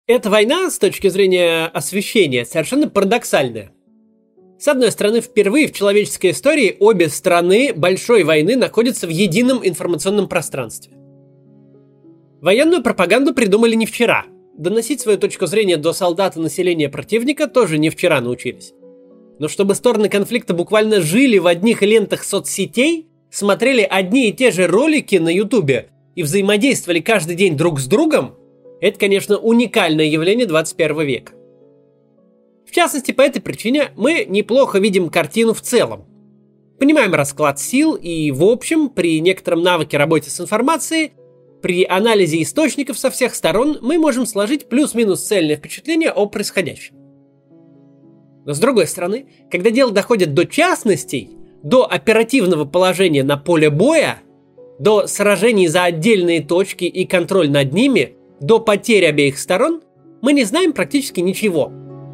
Эта война, с точки зрения освещения, совершенно парадоксальная. С одной стороны, впервые в человеческой истории обе стороны большой войны находятся в едином информационном пространстве. Военную пропаганду придумали не вчера. Доносить свою точку зрения до солдат и населения противника тоже не вчера научились. Но чтобы стороны конфликта буквально жили в одних лентах соцсетей, смотрели одни и те же ролики на Ютубе и взаимодействовали каждый день друг с другом, это, конечно, уникальное явление 21 века. В частности, по этой причине мы неплохо видим картину в целом. Понимаем расклад сил и, в общем, при некотором навыке работы с информацией, при анализе источников со всех сторон мы можем сложить плюс-минус цельное впечатление о происходящем. Но с другой стороны, когда дело доходит до частностей, до оперативного положения на поле боя, до сражений за отдельные точки и контроль над ними, до потерь обеих сторон, мы не знаем практически ничего.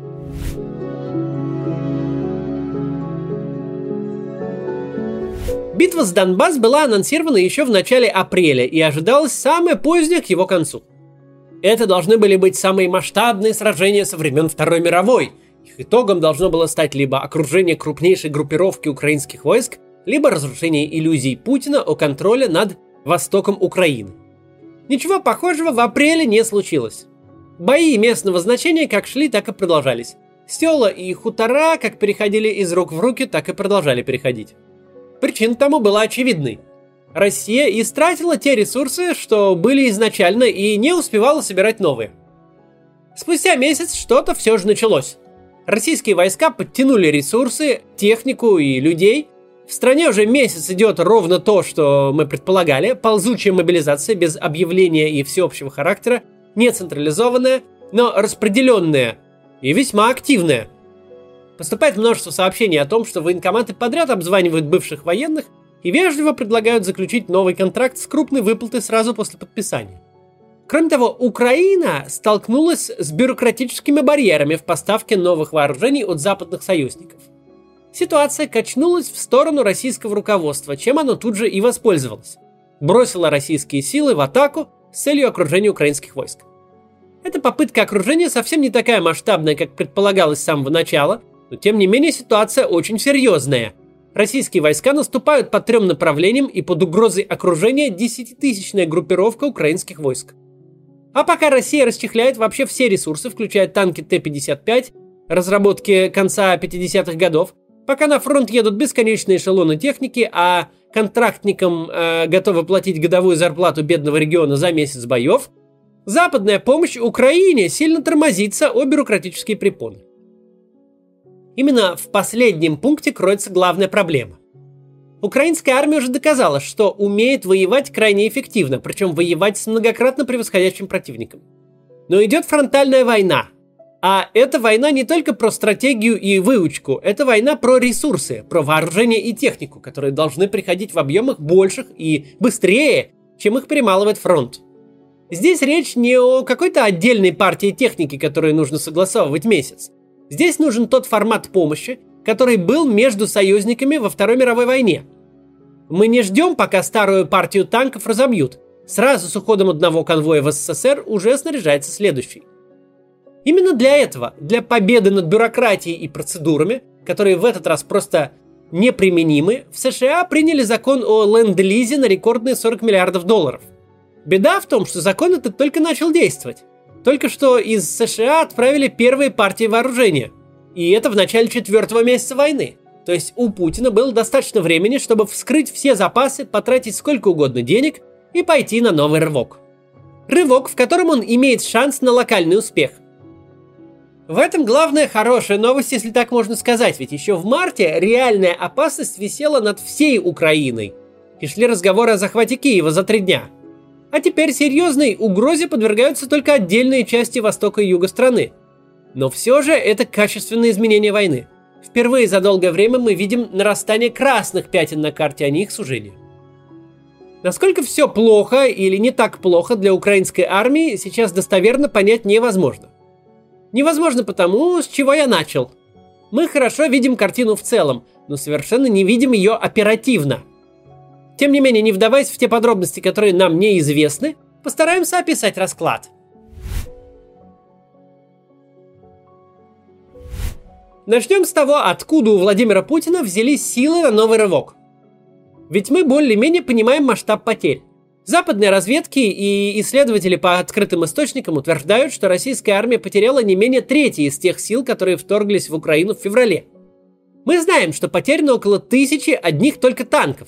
Битва за Донбасс была анонсирована еще в начале апреля и ожидалась самое позднее к его концу. Это должны были быть самые масштабные сражения со времен Второй мировой. Их итогом должно было стать либо окружение крупнейшей группировки украинских войск, либо разрушение иллюзий Путина о контроле над востоком Украины. Ничего похожего в апреле не случилось. Бои местного значения как шли, так и продолжались. Села и хутора как переходили из рук в руки, так и продолжали переходить. Причина тому была очевидной. Россия истратила те ресурсы, что были изначально, и не успевала собирать новые. Спустя месяц что-то все же началось. Российские войска подтянули ресурсы, технику и людей. В стране уже месяц идет ровно то, что мы предполагали. Ползучая мобилизация без объявления и всеобщего характера, не централизованная, но распределенная и весьма активная. Поступает множество сообщений о том, что военкоматы подряд обзванивают бывших военных и вежливо предлагают заключить новый контракт с крупной выплатой сразу после подписания. Кроме того, Украина столкнулась с бюрократическими барьерами в поставке новых вооружений от западных союзников. Ситуация качнулась в сторону российского руководства, чем оно тут же и воспользовалось. Бросило российские силы в атаку с целью окружения украинских войск. Эта попытка окружения совсем не такая масштабная, как предполагалось с самого начала, но тем не менее ситуация очень серьезная. Российские войска наступают по 3 направлениям, и под угрозой окружения 10-тысячная группировка украинских войск. А пока Россия расчехляет вообще все ресурсы, включая танки Т-55, разработки конца 50-х годов, пока на фронт едут бесконечные эшелоны техники, а контрактникам готовы платить годовую зарплату бедного региона за месяц боев, западная помощь Украине сильно тормозится о бюрократические препоны. Именно в последнем пункте кроется главная проблема. Украинская армия уже доказала, что умеет воевать крайне эффективно, причем воевать с многократно превосходящим противником. Но идет фронтальная война. А эта война не только про стратегию и выучку, это война про ресурсы, про вооружение и технику, которые должны приходить в объемах больших и быстрее, чем их перемалывает фронт. Здесь речь не о какой-то отдельной партии техники, которую нужно согласовывать месяц. Здесь нужен тот формат помощи, который был между союзниками во Второй мировой войне. Мы не ждем, пока старую партию танков разобьют. Сразу с уходом одного конвоя в СССР уже снаряжается следующий. Именно для этого, для победы над бюрократией и процедурами, которые в этот раз просто неприменимы, в США приняли закон о ленд-лизе на рекордные $40 миллиардов. Беда в том, что закон этот только начал действовать. Только что из США отправили первые партии вооружения. И это в начале 4-го месяца войны. То есть у Путина было достаточно времени, чтобы вскрыть все запасы, потратить сколько угодно денег и пойти на новый рывок. Рывок, в котором он имеет шанс на локальный успех. В этом главная хорошая новость, если так можно сказать, ведь еще в марте реальная опасность висела над всей Украиной. И шли разговоры о захвате Киева за 3 дня. А теперь серьезной угрозе подвергаются только отдельные части востока и юга страны. Но все же это качественное изменение войны. Впервые за долгое время мы видим нарастание красных пятен на карте, а не их сужение. Насколько все плохо или не так плохо для украинской армии, сейчас достоверно понять невозможно. Невозможно потому, с чего я начал. Мы хорошо видим картину в целом, но совершенно не видим ее оперативно. Тем не менее, не вдаваясь в те подробности, которые нам неизвестны, постараемся описать расклад. Начнем с того, откуда у Владимира Путина взялись силы на новый рывок. Ведь мы более-менее понимаем масштаб потерь. Западные разведки и исследователи по открытым источникам утверждают, что российская армия потеряла не менее трети из тех сил, которые вторглись в Украину в феврале. Мы знаем, что потеряно около 1000 одних только танков.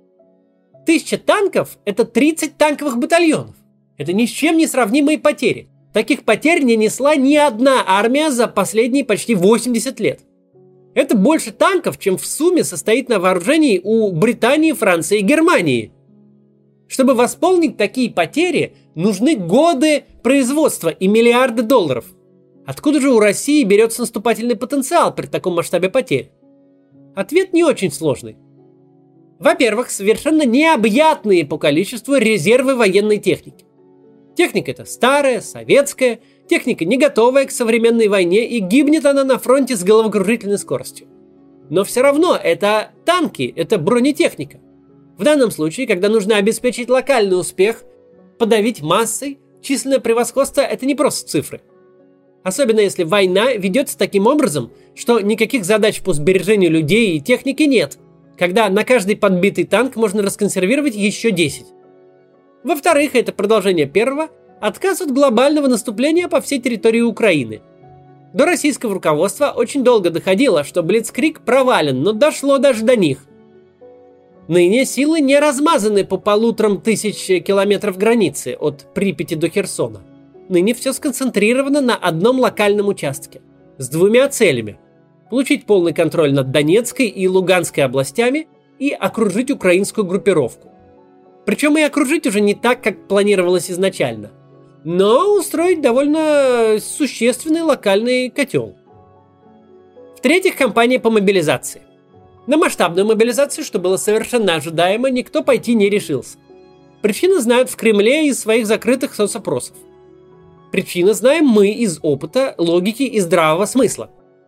1000 танков – это 30 танковых батальонов. Это ни с чем не сравнимые потери. Таких потерь не несла ни одна армия за последние почти 80 лет. Это больше танков, чем в сумме состоит на вооружении у Британии, Франции и Германии. Чтобы восполнить такие потери, нужны годы производства и миллиарды долларов. Откуда же у России берется наступательный потенциал при таком масштабе потерь? Ответ не очень сложный. Во-первых, совершенно необъятные по количеству резервы военной техники. Техника эта старая, советская, техника не готовая к современной войне, и гибнет она на фронте с головокружительной скоростью. Но все равно это танки, это бронетехника. В данном случае, когда нужно обеспечить локальный успех, подавить массой, численное превосходство – это не просто цифры. Особенно если война ведется таким образом, что никаких задач по сбережению людей и техники нет, когда на каждый подбитый танк можно расконсервировать еще 10. Во-вторых, это продолжение первого, отказ от глобального наступления по всей территории Украины. До российского руководства очень долго доходило, что Блицкриг провален, но дошло даже до них. Ныне силы не размазаны по 1500 километров границы от Припяти до Херсона. Ныне все сконцентрировано на одном локальном участке, с двумя целями – получить полный контроль над Донецкой и Луганской областями и окружить украинскую группировку. Причем и окружить уже не так, как планировалось изначально, но устроить довольно существенный локальный котел. В-третьих, кампания по мобилизации. На масштабную мобилизацию, что было совершенно ожидаемо, никто пойти не решился. Причины знают в Кремле из своих закрытых соцопросов. Причины знаем мы из опыта, логики и здравого смысла.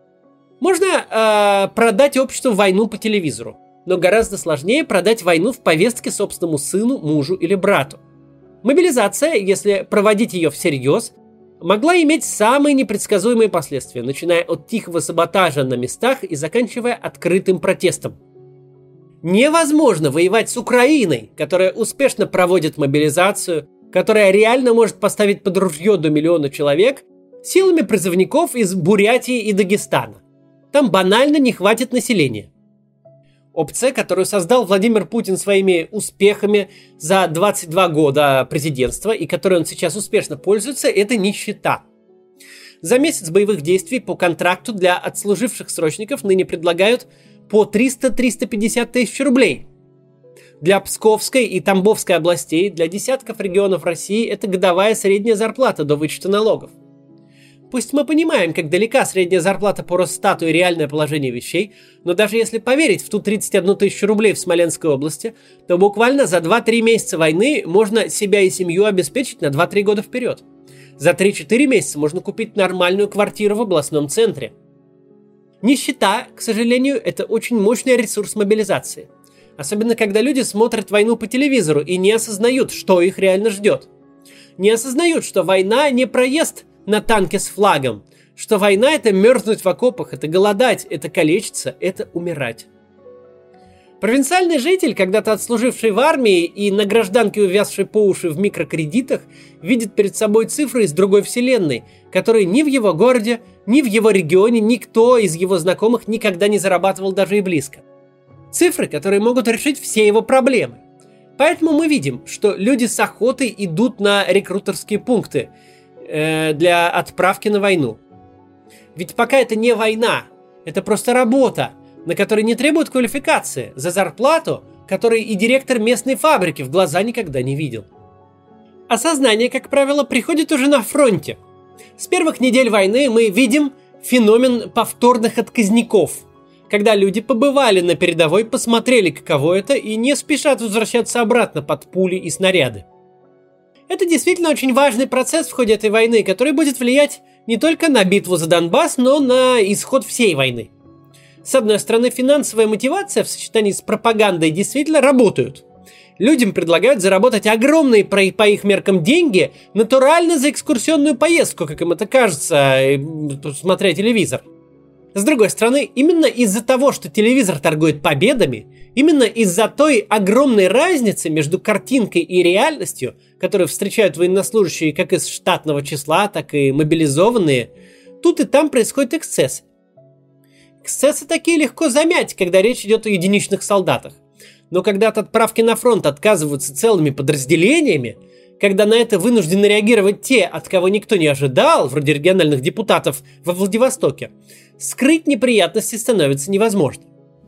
Можно продать обществу войну по телевизору, но гораздо сложнее продать войну в повестке собственному сыну, мужу или брату. Мобилизация, если проводить ее всерьез, могла иметь самые непредсказуемые последствия, начиная от тихого саботажа на местах и заканчивая открытым протестом. Невозможно воевать с Украиной, которая успешно проводит мобилизацию, которая реально может поставить под ружье до 1 миллиона человек, силами призывников из Бурятии и Дагестана. Там банально не хватит населения. Опция, которую создал Владимир Путин своими успехами за 22 года президентства и которой он сейчас успешно пользуется, это нищета. За месяц боевых действий по контракту для отслуживших срочников ныне предлагают по 300-350 тысяч рублей. Для Псковской и Тамбовской областей, для десятков регионов России это годовая средняя зарплата до вычета налогов. Пусть мы понимаем, как далека средняя зарплата по Росстату и реальное положение вещей, но даже если поверить в ту 31 тысячу рублей в Смоленской области, то буквально за 2-3 месяца войны можно себя и семью обеспечить на 2-3 года вперед. За 3-4 месяца можно купить нормальную квартиру в областном центре. Нищета, к сожалению, это очень мощный ресурс мобилизации. Особенно когда люди смотрят войну по телевизору и не осознают, что их реально ждет. Не осознают, что война не проезд на танке с флагом, что война – это мерзнуть в окопах, это голодать, это калечиться, это умирать. Провинциальный житель, когда-то отслуживший в армии и на гражданке увязший по уши в микрокредитах, видит перед собой цифры из другой вселенной, которые ни в его городе, ни в его регионе никто из его знакомых никогда не зарабатывал даже и близко. Цифры, которые могут решить все его проблемы. Поэтому мы видим, что люди с охотой идут на рекрутерские пункты для отправки на войну. Ведь пока это не война, это просто работа, на которой не требует квалификации, за зарплату, которой и директор местной фабрики в глаза никогда не видел. Осознание, как правило, приходит уже на фронте. С первых недель войны мы видим феномен повторных отказников, когда люди побывали на передовой, посмотрели, каково это, и не спешат возвращаться обратно под пули и снаряды. Это действительно очень важный процесс в ходе этой войны, который будет влиять не только на битву за Донбасс, но на исход всей войны. С одной стороны, финансовая мотивация в сочетании с пропагандой действительно работают. Людям предлагают заработать огромные по их меркам деньги натурально за экскурсионную поездку, как им это кажется, смотря телевизор. С другой стороны, именно из-за того, что телевизор торгует победами, именно из-за той огромной разницы между картинкой и реальностью, которую встречают военнослужащие как из штатного числа, так и мобилизованные, тут и там происходят эксцессы. Эксцессы такие легко замять, когда речь идет о единичных солдатах. Но когда от отправки на фронт отказываются целыми подразделениями, когда на это вынуждены реагировать те, от кого никто не ожидал, вроде региональных депутатов во Владивостоке, скрыть неприятности становится невозможно.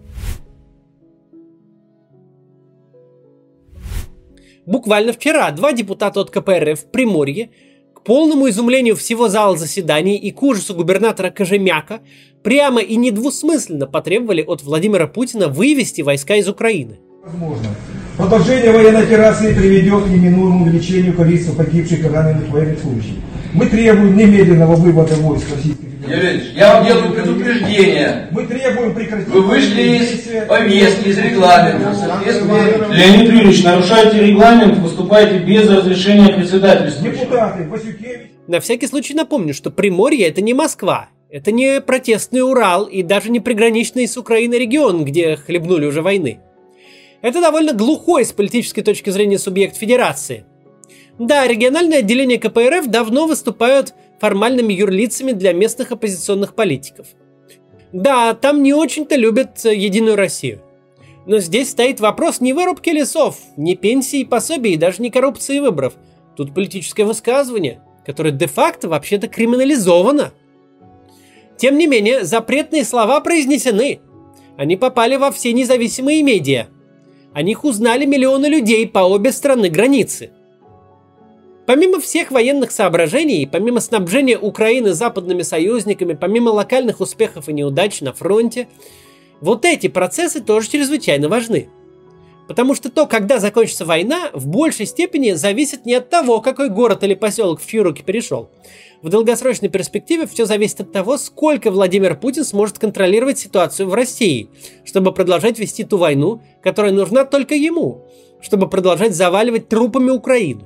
Буквально вчера 2 депутата от КПРФ в Приморье, к полному изумлению всего зала заседаний и к ужасу губернатора Кожемяка, прямо и недвусмысленно потребовали от Владимира Путина вывести войска из Украины. Возможно. Продолжение военной операции приведет к неминуемому увеличению количества погибших и раненых военнослужащих. Мы требуем немедленного вывода войск Российской Федерации. Я вам делаю предупреждение. Мы требуем прекратить... Вы вышли из повестки, из регламента. Леонид Юрьевич, нарушаете регламент, выступаете без разрешения председательства. Депутаты Васюкевич... На всякий случай напомню, что Приморье – это не Москва. Это не протестный Урал и даже не приграничный с Украиной регион, где хлебнули уже войны. Это довольно глухой с политической точки зрения субъект федерации. Да, региональные отделения КПРФ давно выступают формальными юрлицами для местных оппозиционных политиков. Да, там не очень-то любят Единую Россию. Но здесь стоит вопрос не вырубки лесов, не пенсии и пособий, и даже не коррупции выборов. Тут политическое высказывание, которое де-факто вообще-то криминализовано. Тем не менее, запретные слова произнесены. Они попали во все независимые медиа. О них узнали миллионы людей по обе стороны границы. Помимо всех военных соображений, помимо снабжения Украины западными союзниками, помимо локальных успехов и неудач на фронте, вот эти процессы тоже чрезвычайно важны. Потому что то, когда закончится война, в большей степени зависит не от того, какой город или поселок в чьи руки перешел. В долгосрочной перспективе все зависит от того, сколько Владимир Путин сможет контролировать ситуацию в России, чтобы продолжать вести ту войну, которая нужна только ему, чтобы продолжать заваливать трупами Украину.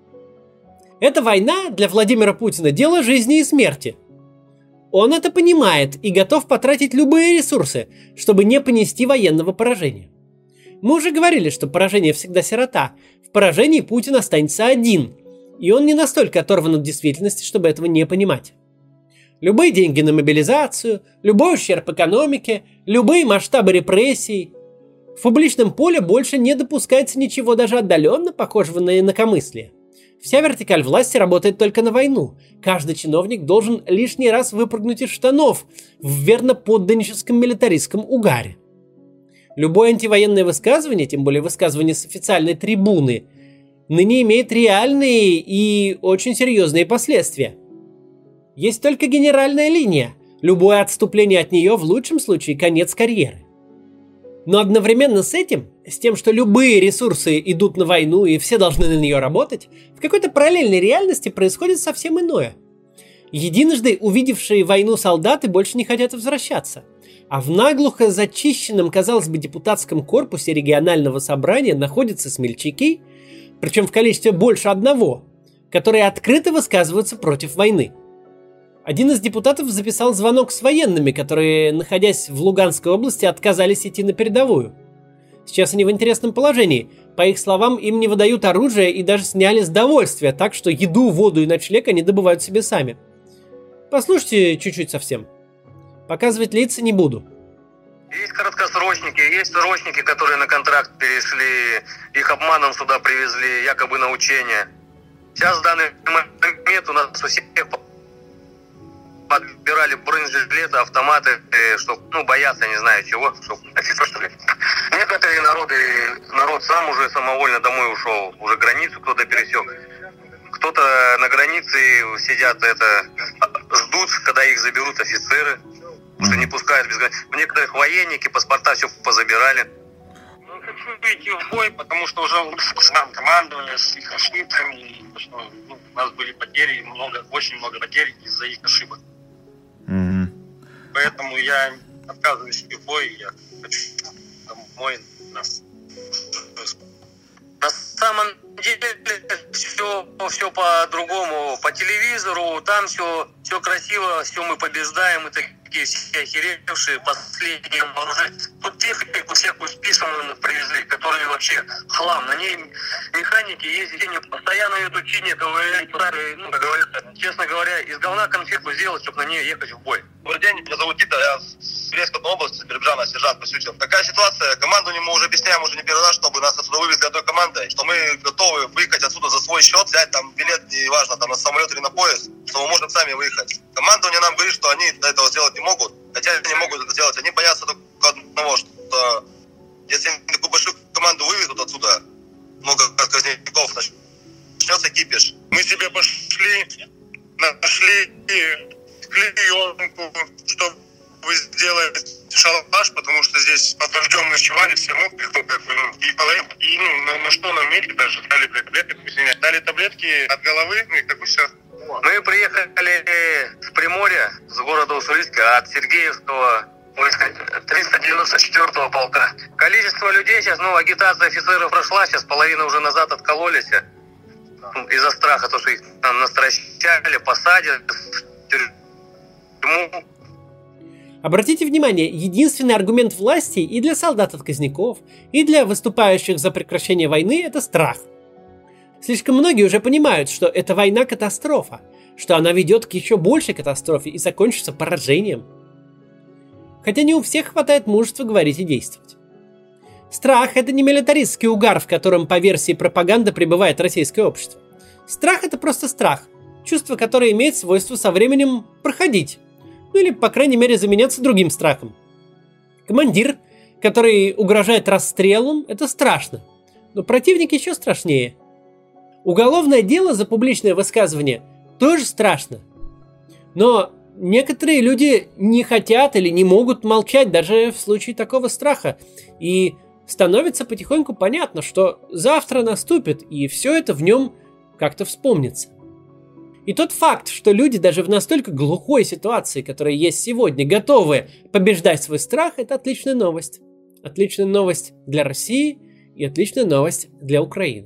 Эта война для Владимира Путина – дело жизни и смерти. Он это понимает и готов потратить любые ресурсы, чтобы не понести военного поражения. Мы уже говорили, что поражение всегда сирота. В поражении Путин останется один, и он не настолько оторван от действительности, чтобы этого не понимать. Любые деньги на мобилизацию, любой ущерб экономике, любые масштабы репрессий. В публичном поле больше не допускается ничего даже отдаленно похожего на инакомыслие. Вся вертикаль власти работает только на войну. Каждый чиновник должен лишний раз выпрыгнуть из штанов в верно-подданническом милитаристском угаре. Любое антивоенное высказывание, тем более высказывание с официальной трибуны, ныне имеет реальные и очень серьезные последствия. Есть только генеральная линия. Любое отступление от нее в лучшем случае конец карьеры. Но одновременно с этим, с тем, что любые ресурсы идут на войну и все должны на нее работать, в какой-то параллельной реальности происходит совсем иное. Единожды увидевшие войну солдаты больше не хотят возвращаться. А в наглухо зачищенном, казалось бы, депутатском корпусе регионального собрания находятся смельчаки, причем в количестве больше одного, которые открыто высказываются против войны. Один из депутатов записал звонок с военными, которые, находясь в Луганской области, отказались идти на передовую. Сейчас они в интересном положении. По их словам, им не выдают оружие и даже сняли с довольствия, так что еду, воду и ночлег они добывают себе сами. Послушайте чуть-чуть совсем. Показывать лица не буду. Есть короткосрочники, есть срочники, которые на контракт перешли, их обманом сюда привезли, якобы на учения. Сейчас в данный момент у нас у всех подбирали бронежилеты, автоматы, чтобы, бояться, не знаю чего, чтобы... Некоторые народ сам уже самовольно домой ушел, уже границу кто-то пересек. Кто-то на границе сидят, ждут, когда их заберут офицеры, потому что не пускают без границы. У некоторых военники, паспорта все позабирали. Хочу идти в бой, потому что уже сам командовали с их ошибками, что у нас были потери, очень много потерь из-за их ошибок. Поэтому я отказываюсь идти в бой, я хочу домой нас. На самом деле все по-другому, по телевизору, там все все красиво, все мы побеждаем, мы такие все охеревшие, последние вооружения. Тут технику всякую списанную привезли, которые вообще хлам. На ней механики ездить, они постоянно ее тут чинят, ну, как говорится, честно говоря, из говна конфетку сделать, чтобы на ней ехать в бой. Добрый день, меня зовут Дита, я с Брестской области, Биробиджана, сержант Пасютин. Такая ситуация, команду мы уже объясняем уже не первый раз, чтобы нас отсюда вывезли одной командой, что мы готовы выехать отсюда за свой счет, взять там билет, неважно, там на самолет или на поезд, что мы можем сами выехать. Командование нам говорит, что они этого сделать не могут, хотя они могут это сделать. Они боятся только одного, что если они такую большую команду вывезут отсюда, много отказников, начнется кипиш. Мы себе пошли, нашли клеенку, чтобы сделать шалаш, потому что здесь под дождем ночевали все мокрые, и на что нам медики даже дали таблетки, дали таблетки от головы, ну и так и все. Мы приехали с Приморья, с города Уссурийска, от Сергеевского 394-го полка. Количество людей сейчас, агитация офицеров прошла, сейчас половина уже назад откололись из-за страха, то, что их там настращали, посадят в тюрьму. Обратите внимание, единственный аргумент власти и для солдат-отказников, и для выступающих за прекращение войны – это страх. Слишком многие уже понимают, что эта война – катастрофа, что она ведет к еще большей катастрофе и закончится поражением. Хотя не у всех хватает мужества говорить и действовать. Страх – это не милитаристский угар, в котором по версии пропаганды пребывает российское общество. Страх – это просто страх, чувство, которое имеет свойство со временем проходить, или, по крайней мере, заменяться другим страхом. Командир, который угрожает расстрелом – это страшно, но противник еще страшнее. Уголовное дело за публичное высказывание тоже страшно. Но некоторые люди не хотят или не могут молчать даже в случае такого страха. И становится потихоньку понятно, что завтра наступит, и все это в нем как-то вспомнится. И тот факт, что люди даже в настолько глухой ситуации, которая есть сегодня, готовы побеждать свой страх, это отличная новость. Отличная новость для России и отличная новость для Украины.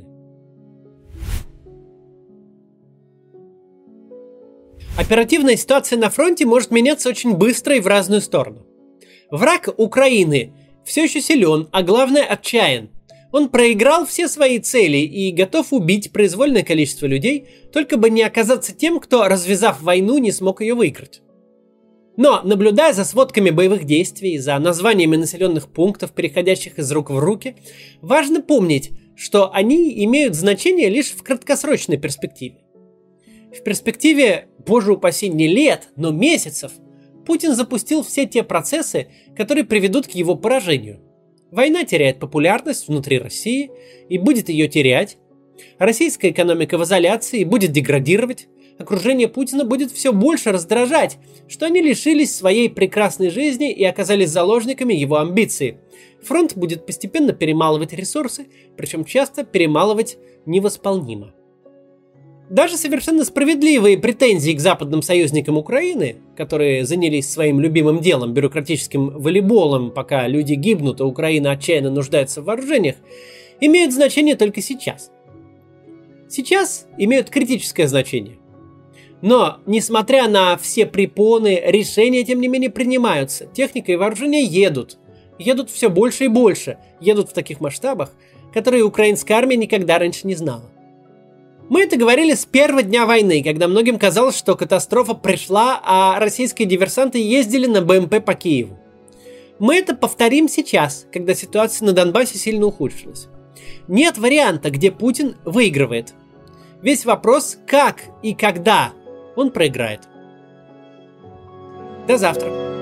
Оперативная ситуация на фронте может меняться очень быстро и в разную сторону. Враг Украины все еще силен, а главное отчаян. Он проиграл все свои цели и готов убить произвольное количество людей, только бы не оказаться тем, кто, развязав войну, не смог ее выиграть. Но, наблюдая за сводками боевых действий, за названиями населенных пунктов, переходящих из рук в руки, важно помнить, что они имеют значение лишь в краткосрочной перспективе. В перспективе, боже упаси, не лет, но месяцев, Путин запустил все те процессы, которые приведут к его поражению. Война теряет популярность внутри России и будет ее терять. Российская экономика в изоляции будет деградировать. Окружение Путина будет все больше раздражать, что они лишились своей прекрасной жизни и оказались заложниками его амбиций. Фронт будет постепенно перемалывать ресурсы, причем часто перемалывать невосполнимо. Даже совершенно справедливые претензии к западным союзникам Украины, которые занялись своим любимым делом, бюрократическим волейболом, пока люди гибнут, а Украина отчаянно нуждается в вооружениях, имеют значение только сейчас. Сейчас имеют критическое значение. Но, несмотря на все препоны, решения, тем не менее, принимаются. Техника и вооружение едут. Едут все больше и больше. Едут в таких масштабах, которые украинская армия никогда раньше не знала. Мы это говорили с первого дня войны, когда многим казалось, что катастрофа пришла, а российские диверсанты ездили на БМП по Киеву. Мы это повторим сейчас, когда ситуация на Донбассе сильно ухудшилась. Нет варианта, где Путин выигрывает. Весь вопрос, как и когда он проиграет. До завтра.